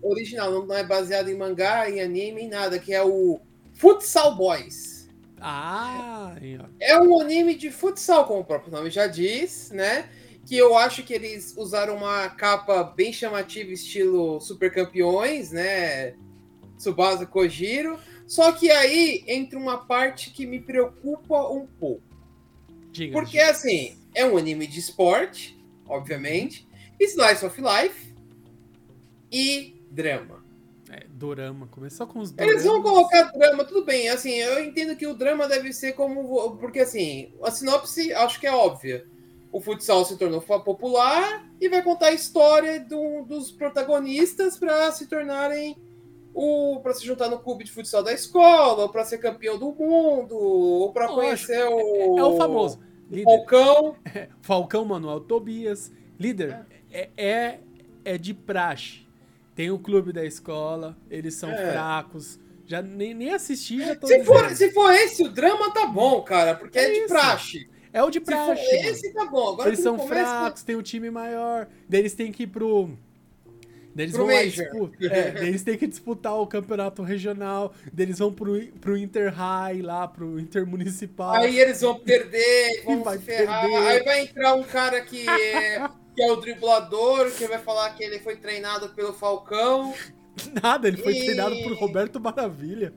original, não é baseado em mangá, em anime, em nada, que é o Futsal Boys.
Ah, aí, ó.
É um anime de futsal, como o próprio nome já diz, né? Que eu acho que eles usaram uma capa bem chamativa, estilo Super Campeões, né? Tsubasa Kojiro. Só que aí entra uma parte que me preocupa um pouco.
Diga,
Porque,
diga.
assim, é um anime de esporte, obviamente, slice of life e drama.
É, dorama. Começou com os doramas.
Eles vão colocar drama, tudo bem. Assim, eu entendo que o drama deve ser como... Porque, assim, a sinopse acho que é óbvia. O futsal se tornou popular e vai contar a história do, dos protagonistas para se tornarem o para se juntar no clube de futsal da escola, ou para ser campeão do mundo, ou para conhecer o
é, é o famoso
o Falcão.
É, Falcão, Manuel Tobias. Líder, é, é, é de praxe. Tem o clube da escola, eles são
É.
fracos. Já nem, nem assisti, já tô
Se
dizendo.
for, se for esse, o drama tá bom, cara, porque é,
É
de
isso.
praxe.
É o de
Se
praxe.
for
mano.
esse, tá bom. Agora
Eles
que
são
no começo,
fracos, tem um time maior. Daí eles têm que ir pro. Daí eles
Pro
vão lá
Major.
disputar. É, daí eles têm que disputar o campeonato regional. Daí eles vão pro, pro Inter High lá, pro Intermunicipal.
Aí eles vão perder, vão
Vai
se ferrar.
perder.
Aí vai entrar um cara que é, que é o driblador, que vai falar que ele foi treinado pelo Falcão.
Nada, ele foi
E-
treinado por Roberto Maravilha.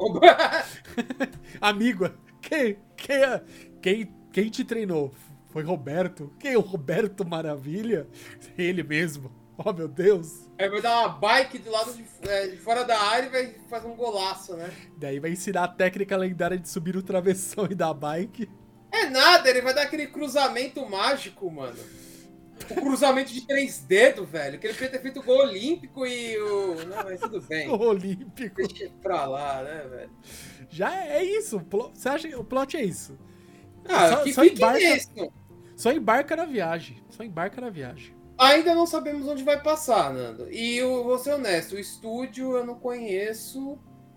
Amigo, quem, quem, quem, quem te treinou? Foi Roberto? Quem é o Roberto Maravilha? Ele mesmo. Oh, meu Deus.
Aí vai dar uma bike do lado de, é, de fora da área e vai fazer um golaço, né?
Daí vai ensinar a técnica lendária de subir o travessão e dar bike.
É nada, ele vai dar aquele cruzamento mágico, mano. O cruzamento de três dedos, velho. Que ele podia ter feito o gol olímpico e o. Não, mas tudo bem.
O Olímpico.
Deixa pra lá, né, velho?
Já é isso. o plo- Você acha que o plot é isso?
Ah,
Só-
que
só
fique
embarca-
nisso.
Só embarca na viagem. Só embarca na viagem.
Ainda não sabemos onde vai passar, Nando. E eu vou ser honesto, o estúdio eu não conheço.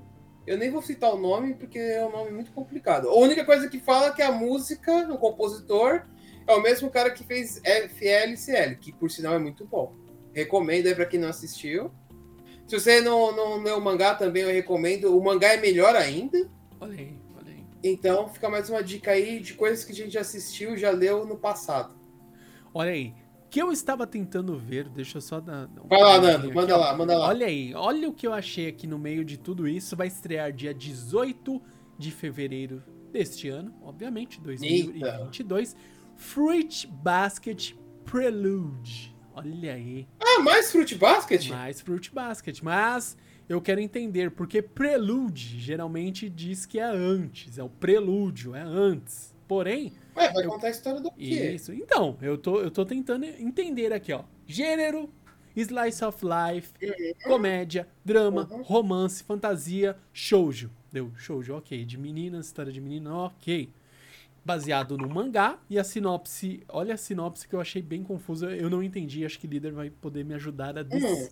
Eu nem vou citar o nome, porque é um nome muito complicado. A única coisa que fala é que a música, o compositor, é o mesmo cara que fez F L C L, que por sinal é muito bom. Recomendo aí pra quem não assistiu. Se você não, não leu o mangá também, eu recomendo. O mangá é melhor ainda.
Olha aí, olha aí.
Então fica mais uma dica aí de coisas que a gente já assistiu e já leu no passado.
Olha aí. O que eu estava tentando ver, deixa eu só dar. dar um
Vai lá,
pulinho
Nando,
aqui,
manda
ó.
lá, manda lá.
Olha aí, olha o que eu achei aqui no meio de tudo isso. Vai estrear dia dezoito de fevereiro deste ano, obviamente, dois mil e vinte e dois. Fruit Basket Prelude. Olha aí.
Ah, mais Fruit Basket?
Mais Fruit Basket. Mas eu quero entender, porque Prelude geralmente diz que é antes. É o prelúdio, é antes. Porém,
Ué, vai
eu-
contar a história do quê?
isso. Então, eu tô, eu tô tentando entender aqui, ó. Gênero, slice of life, comédia, drama,
Uhum.
romance, fantasia, shoujo. Deu shoujo, ok. De meninas, história de menina, ok. Baseado no mangá e a sinopse. Olha a sinopse que eu achei bem confusa. Eu não entendi. Acho que o líder vai poder me ajudar a, des-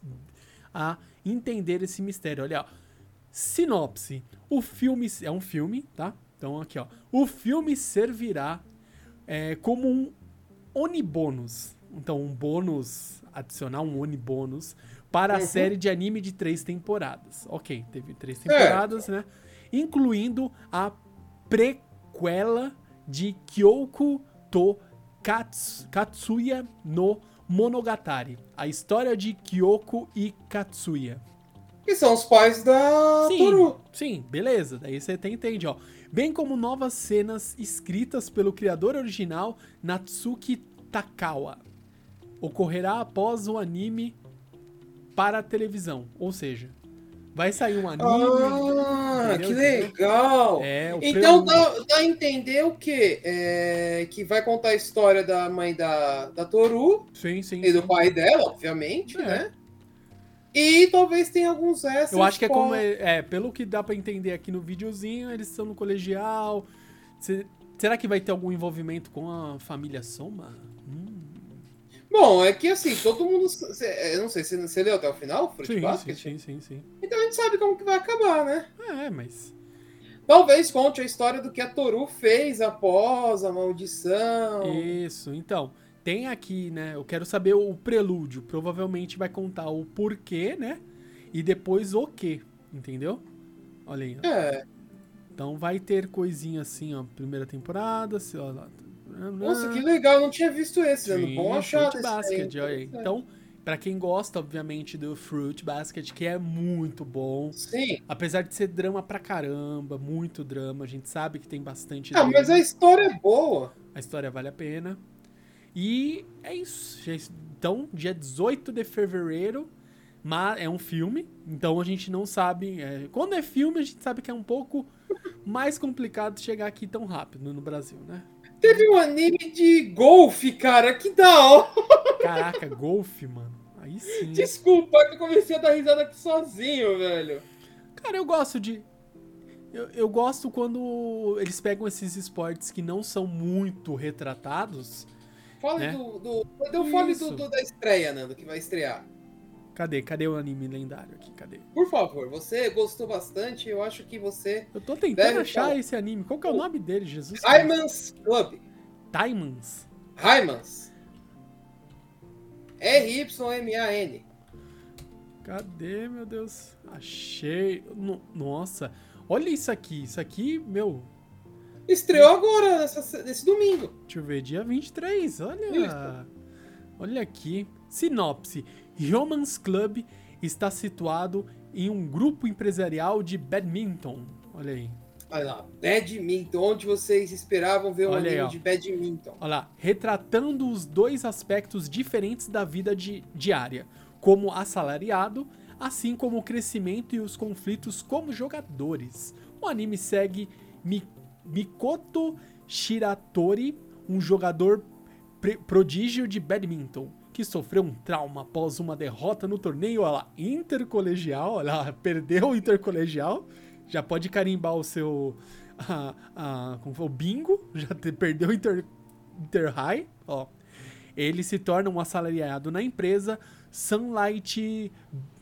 a entender esse mistério. Olha, ó. Sinopse. O filme é um filme, tá? Então aqui, ó. O filme servirá é, como um onibônus. Então, um bônus adicional, um onibônus para a
Uhum.
série de anime de três temporadas. Ok, teve três
Certo.
temporadas, né? Incluindo a prequela de Kyoko to Kats- Katsuya no Monogatari. A história de Kyoko e Katsuya.
Que são os pais da
Sim,
Toru.
sim, beleza. Daí você até entende, ó. Bem como novas cenas escritas pelo criador original Natsuki Takawa. Ocorrerá após o anime para a televisão. Ou seja, vai sair um anime.
Ah,
entendeu?
que legal!
É, o
Então
prelúdio.
dá, dá a entender o quê? É, que vai contar a história da mãe da, da Toru
Sim, sim.
e do
sim.
pai dela, obviamente,
É.
né? E talvez tenha alguns extras.
Eu acho que é como.
pós-
É, é, pelo que dá pra entender aqui no videozinho, eles estão no colegial. Se- será que vai ter algum envolvimento com a família Soma? Hum.
Bom, é que assim, todo mundo. cê- Eu não sei, você, você leu até o final, Fruit
Sim,
Basket?
sim, sim, sim, sim.
Então a gente sabe como que vai acabar, né?
É, mas.
Talvez conte a história do que a Toru fez após a maldição.
Isso, então. Tem aqui, né? Eu quero saber o prelúdio. Provavelmente vai contar o porquê, né? e depois o quê, entendeu? Olha aí. Ó.
É.
Então vai ter coisinha assim, ó, primeira temporada, assim, ó lá.
Nossa, que legal, não tinha visto esse, Leandro.
Sim,
Bom achar
Fruit Basket, olha aí. Então, pra quem gosta, obviamente, do Fruit Basket, que é muito bom.
Sim.
Apesar de ser drama pra caramba, muito drama, a gente sabe que tem bastante
Ah,
drama.
mas a história é boa.
A história vale a pena. E é isso. Então, dia dezoito de fevereiro, mas é um filme, então a gente não sabe... É, quando é filme, a gente sabe que é um pouco mais complicado chegar aqui tão rápido no Brasil, né?
Teve um anime de golfe, cara, que da hora.
Caraca, golfe, mano. Aí sim.
Desculpa, eu comecei a dar risada aqui sozinho, velho.
Cara, eu gosto de... Eu, eu gosto quando eles pegam esses esportes que não são muito retratados.
Fale
né?
do... do eu fale do, do, da estreia, Nando, que vai estrear.
Cadê? Cadê o anime lendário aqui? Cadê?
Por favor, você gostou bastante, eu acho que você...
Eu tô tentando
deve
achar
falar.
esse anime. Qual que é o nome dele, Jesus?
Hyman's Club.
Taimans.
Hyman's. R Y M A N.
Cadê, meu Deus? Achei. No- Nossa. Olha isso aqui. Isso aqui, meu...
Estreou agora, nessa, nesse domingo.
Deixa eu ver. Dia vinte e três. Olha.
Isso.
Olha aqui. Sinopse. Romance Club está situado em um grupo empresarial de badminton. Olha aí.
Olha lá, badminton, onde vocês esperavam ver um
Olha aí,
anime
ó.
de badminton.
Olha lá, retratando os dois aspectos diferentes da vida di- diária, como assalariado, assim como o crescimento e os conflitos como jogadores. O anime segue Mi- Mikoto Shiratori, um jogador pre- prodígio de badminton, que sofreu um trauma após uma derrota no torneio olha lá, intercolegial, olha lá, perdeu o intercolegial, já pode carimbar o seu a, a, como foi, o bingo, já te- perdeu o inter, Inter-High, ó. Ele se torna um assalariado na empresa Sunlight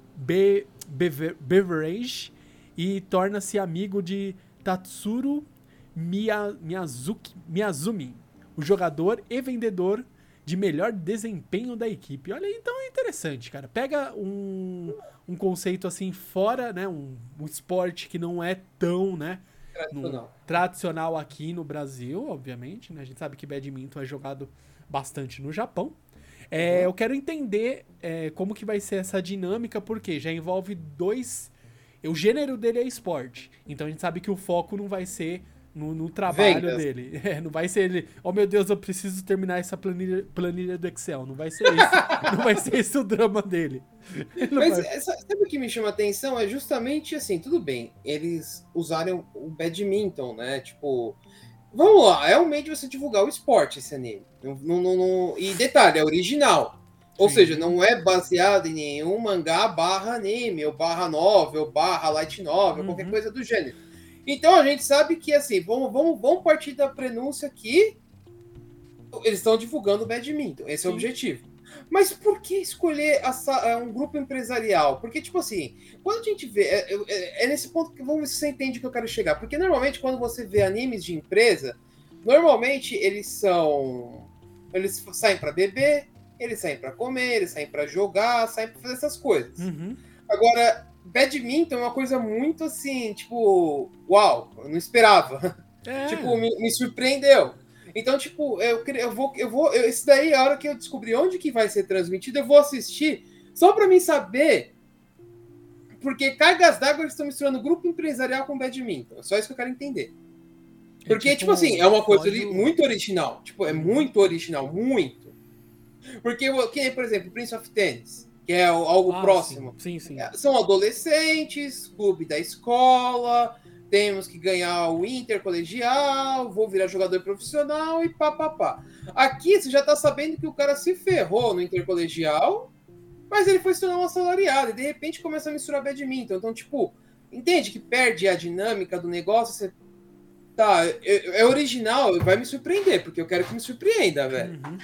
Be- Bever- Beverage e torna-se amigo de Tatsuro Miya- Miyazuki- Miyazumi, o jogador e vendedor de melhor desempenho da equipe. Olha, então é interessante, cara. Pega um, um conceito assim fora, né? Um, um esporte que não é tão, né? no-
Tradicional.
tradicional aqui no Brasil, obviamente, né? A gente sabe que badminton é jogado bastante no Japão. É, eu quero entender é, como que vai ser essa dinâmica, porque já envolve dois... O gênero dele é esporte, então a gente sabe que o foco não vai ser no, no trabalho
Vendas.
dele. É, não vai ser ele... Oh, meu Deus, eu preciso terminar essa planilha, planilha do Excel. Não vai ser isso. Não vai ser esse o drama dele. Ele não
Mas
vai-
essa- sabe o que me chama a atenção? É justamente assim, tudo bem, eles usaram o badminton, né? Tipo, vamos lá, é um meio de você divulgar o esporte, esse anime. Não, não- não- não- E detalhe, é original. Ou
Sim.
seja, não é baseado em nenhum mangá barra anime, ou barra novel, barra light novel,
Uhum.
qualquer coisa do gênero. Então a gente sabe que, assim, vamos, vamos, vamos partir da prenúncia que eles estão divulgando o badminton. Esse é o
Sim.
objetivo. Mas por que escolher essa- é, um grupo empresarial? Porque, tipo assim, quando a gente vê. É, é- é nesse ponto que vamos ver se você entende o que eu quero chegar. Porque normalmente, quando você vê animes de empresa, normalmente eles são. Eles saem pra beber, eles saem pra comer, eles saem pra jogar, saem pra fazer essas coisas.
Uhum.
Agora, badminton é uma coisa muito assim, tipo, uau, eu não esperava.
É.
Tipo, me, me surpreendeu. Então, tipo, eu, queria- eu vou. Eu vou eu, esse daí, a hora que eu descobrir onde que vai ser transmitido, eu vou assistir só pra mim saber. Porque cargas d'água eles estão misturando grupo empresarial com badminton. É só isso que eu quero entender.
É
Porque, tipo,
tipo,
assim, é uma coisa
foge
ali
o-
muito original. Tipo, é muito original, muito. Porque, que, nem, por exemplo, Prince of Tennis, que é o- algo
Ah,
próximo.
Sim, sim. sim.
É, São adolescentes, clube da escola, temos que ganhar o intercolegial, vou virar jogador profissional e pá, pá, pá. Aqui você já tá sabendo que o cara se ferrou no intercolegial, mas ele foi se tornar um assalariado e de repente começa a misturar badminton. Então, tipo, entende que perde a dinâmica do negócio? Você... Tá, é, é original, vai me surpreender, porque eu quero que me surpreenda, velho.
Uhum.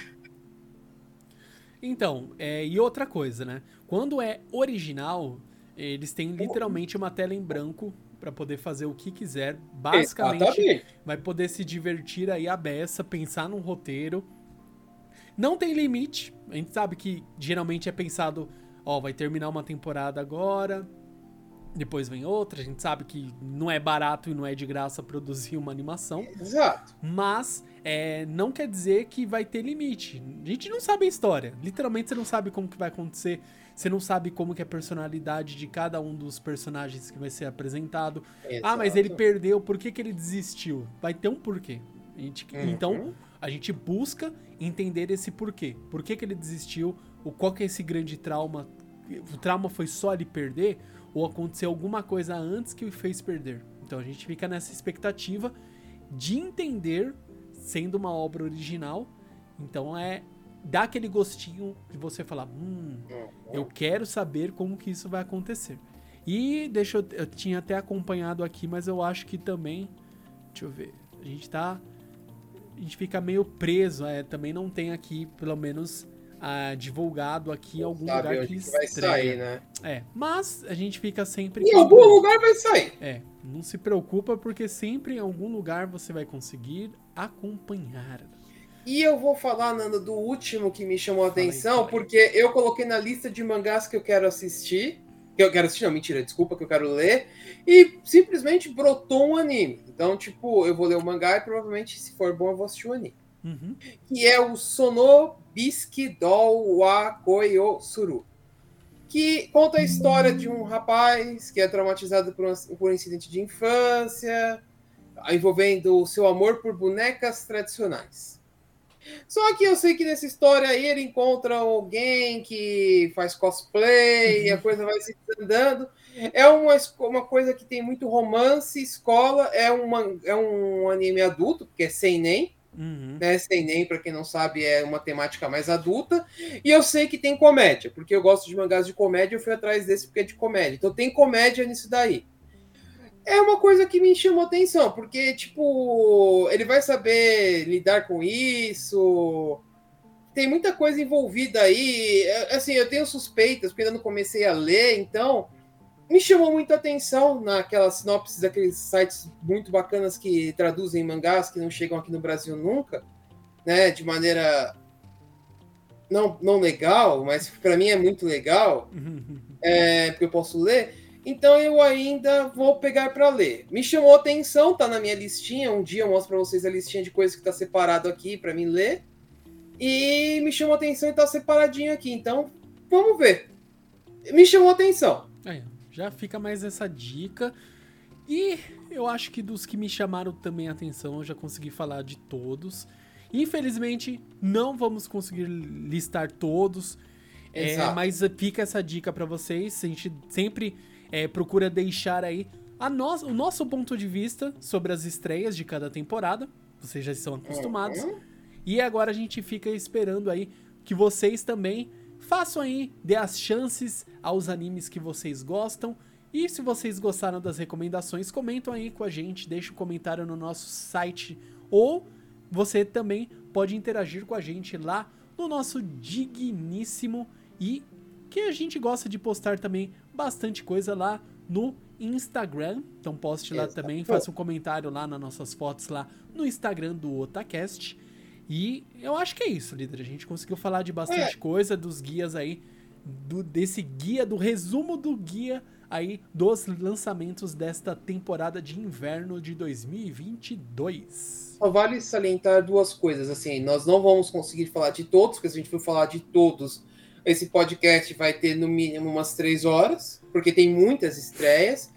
Então, é, e outra coisa, né? Quando é original, eles têm literalmente uma tela em branco pra poder fazer o que quiser. Basicamente,
Exatamente.
vai poder se divertir aí a beça, pensar num roteiro. Não tem limite. A gente sabe que geralmente é pensado ó, vai terminar uma temporada agora, depois vem outra. A gente sabe que não é barato e não é de graça produzir uma animação.
Exato.
Mas é, não quer dizer que vai ter limite. A gente não sabe a história. Literalmente você não sabe como que vai acontecer. Você não sabe como que é a personalidade de cada um dos personagens que vai ser apresentado.
Exato.
Ah, mas ele perdeu, por que que ele desistiu? Vai ter um porquê. A gente,
Uhum.
Então, a gente busca entender esse porquê. Por que que ele desistiu? O, qual que é esse grande trauma? O trauma foi só ele perder? Ou aconteceu alguma coisa antes que o fez perder? Então a gente fica nessa expectativa de entender, sendo uma obra original. Então é dar aquele gostinho de você falar, hum, eu quero saber como que isso vai acontecer. E deixa eu, eu tinha até acompanhado aqui, mas eu acho que também, deixa eu ver, a gente tá, a gente fica meio preso, é, também não tem aqui, pelo menos, ah, divulgado aqui algum
Sabe
lugar
onde
que
que vai
estreia.
sair, né?
É, mas a gente fica sempre...
Em algum lugar vai sair.
É, não se preocupa, porque sempre em algum lugar você vai conseguir acompanhar.
E eu vou falar, Nando, do último que me chamou a
Fala aí,
atenção,
fala aí.
porque eu coloquei na lista de mangás que eu quero assistir. Que eu quero assistir, não, mentira, desculpa, que eu quero ler. E simplesmente brotou um anime. Então, tipo, eu vou ler o mangá e provavelmente, se for bom, eu vou assistir o anime.
Uhum.
Que é o Sonobisuke do wa Koi o Suru. Que conta a história de um rapaz que é traumatizado por um, por um incidente de infância, envolvendo o seu amor por bonecas tradicionais. Só que eu sei que nessa história aí ele encontra alguém que faz cosplay, uhum. E a coisa vai se andando. É uma, uma coisa que tem muito romance, escola, é, uma, é um anime adulto, porque é seinen.
Uhum.
Né? Seinen, para quem não sabe, é uma temática mais adulta. E eu sei que tem comédia, porque eu gosto de mangás de comédia, eu fui atrás desse porque é de comédia. Então tem comédia nisso daí. É uma coisa que me chamou atenção, porque, tipo, ele vai saber lidar com isso. Tem muita coisa envolvida aí. Assim, eu tenho suspeitas, porque ainda não comecei a ler, então me chamou muita atenção naquelas sinopses daqueles sites muito bacanas que traduzem mangás que não chegam aqui no Brasil nunca, né? De maneira não, não legal, mas para mim é muito legal, é, porque eu posso ler. Então eu ainda vou pegar para ler. Me chamou a atenção, tá na minha listinha. Um dia eu mostro para vocês a listinha de coisas que tá separado aqui para mim ler. E me chamou a atenção e tá separadinho aqui. Então, vamos ver. Me chamou a atenção.
É, já fica mais essa dica. E eu acho que dos que me chamaram também a atenção, eu já consegui falar de todos. Infelizmente, não vamos conseguir listar todos. É, mas fica essa dica para vocês. A gente sempre... É, procura deixar aí a no- o nosso ponto de vista sobre as estreias de cada temporada. Vocês já estão acostumados. Uhum. E agora a gente fica esperando aí que vocês também façam aí, dê as chances aos animes que vocês gostam. E se vocês gostaram das recomendações, comentam aí com a gente, deixa um comentário no nosso site. Ou você também pode interagir com a gente lá no nosso digníssimo e que a gente gosta de postar também bastante coisa lá no Instagram. Então poste lá Exato. Também, faça um comentário lá nas nossas fotos lá no Instagram do Otacast. E eu acho que é isso, líder. A gente conseguiu falar de bastante é. coisa, dos guias aí, do, desse guia, do resumo do guia aí dos lançamentos desta temporada de inverno de dois mil e vinte e dois.
Só vale salientar duas coisas, assim, nós não vamos conseguir falar de todos, porque se a gente for falar de todos, esse podcast vai ter no mínimo umas três horas, porque tem muitas estreias.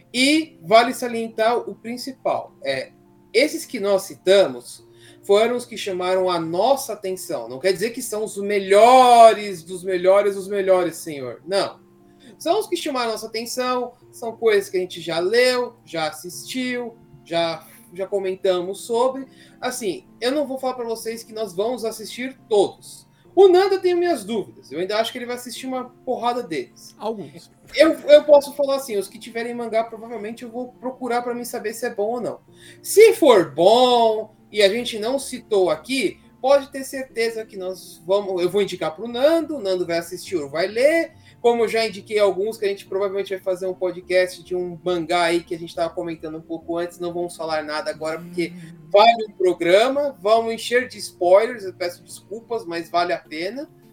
E vale salientar o principal. É, esses que nós citamos foram os que chamaram a nossa atenção. Não quer dizer que são os melhores dos melhores dos melhores, senhor. Não. São os que chamaram a nossa atenção, são coisas que a gente já leu, já assistiu, já, já comentamos sobre. Assim, eu não vou falar para vocês que nós vamos assistir todos. O Nando, eu tenho minhas dúvidas. Eu ainda acho que ele vai assistir uma porrada deles.
Alguns.
Eu, eu posso falar assim, os que tiverem mangá, provavelmente eu vou procurar para mim saber se é bom ou não. Se for bom e a gente não citou aqui, pode ter certeza que nós vamos... Eu vou indicar para o Nando, o Nando vai assistir ou vai ler. Como eu já indiquei alguns, que a gente provavelmente vai fazer um podcast de um mangá aí que a gente estava comentando um pouco antes, não vamos falar nada agora, porque vale um programa, vamos encher de spoilers, eu peço desculpas, mas vale a pena.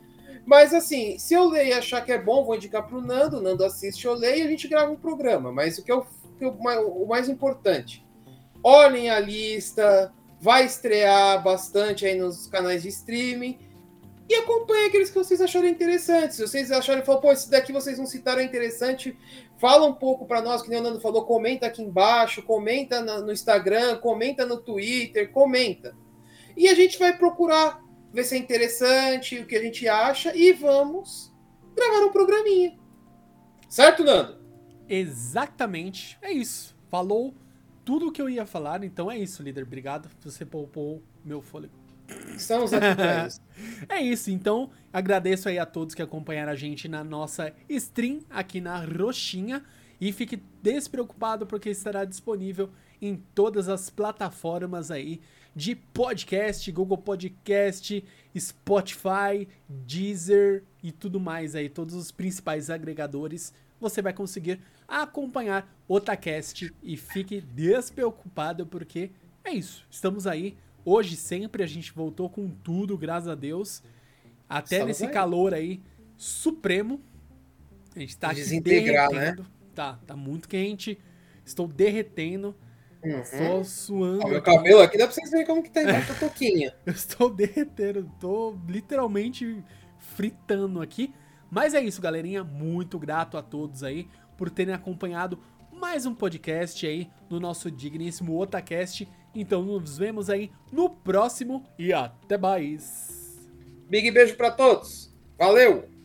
Mas assim, se eu ler e achar que é bom, vou indicar pro Nando, o Nando assiste, eu leio e a gente grava um programa. Mas o que, eu, que eu, o mais importante, olhem a lista, vai estrear bastante aí nos canais de streaming e acompanhem aqueles que vocês acharem interessantes. Se vocês acharem, falam, pô, esse daqui vocês não citaram é interessante, fala um pouco para nós, que nem o Nando falou, comenta aqui embaixo, comenta no Instagram, comenta no Twitter, comenta. E a gente vai procurar ver se é interessante, o que a gente acha, e vamos gravar um programinha. Certo, Nando?
Exatamente. É isso. Falou tudo o que eu ia falar, então é isso, líder. Obrigado. Você poupou meu fôlego.
Estamos aqui para isso.
É isso, então agradeço aí a todos que acompanharam a gente na nossa stream aqui na Roxinha. E fique despreocupado porque estará disponível em todas as plataformas aí de podcast, Google Podcast, Spotify, Deezer e tudo mais aí, todos os principais agregadores. Você vai conseguir acompanhar o Otacast e fique despreocupado porque é isso, estamos aí. Hoje sempre a gente voltou com tudo, graças a Deus. Até
Estamos
nesse
aí.
calor aí supremo. A gente tá aqui
Desintegrar,
derretendo. Né? Tá, tá muito quente. Estou derretendo.
Uhum.
Estou suando.
Ó, meu
aqui.
cabelo aqui dá pra vocês verem como que tá embaixo da touquinha.
Eu estou derretendo. Tô literalmente fritando aqui. Mas é isso, galerinha. Muito grato a todos aí por terem acompanhado mais um podcast aí no nosso digníssimo Otacast. Então nos vemos aí no próximo e até mais.
Big beijo pra todos. Valeu!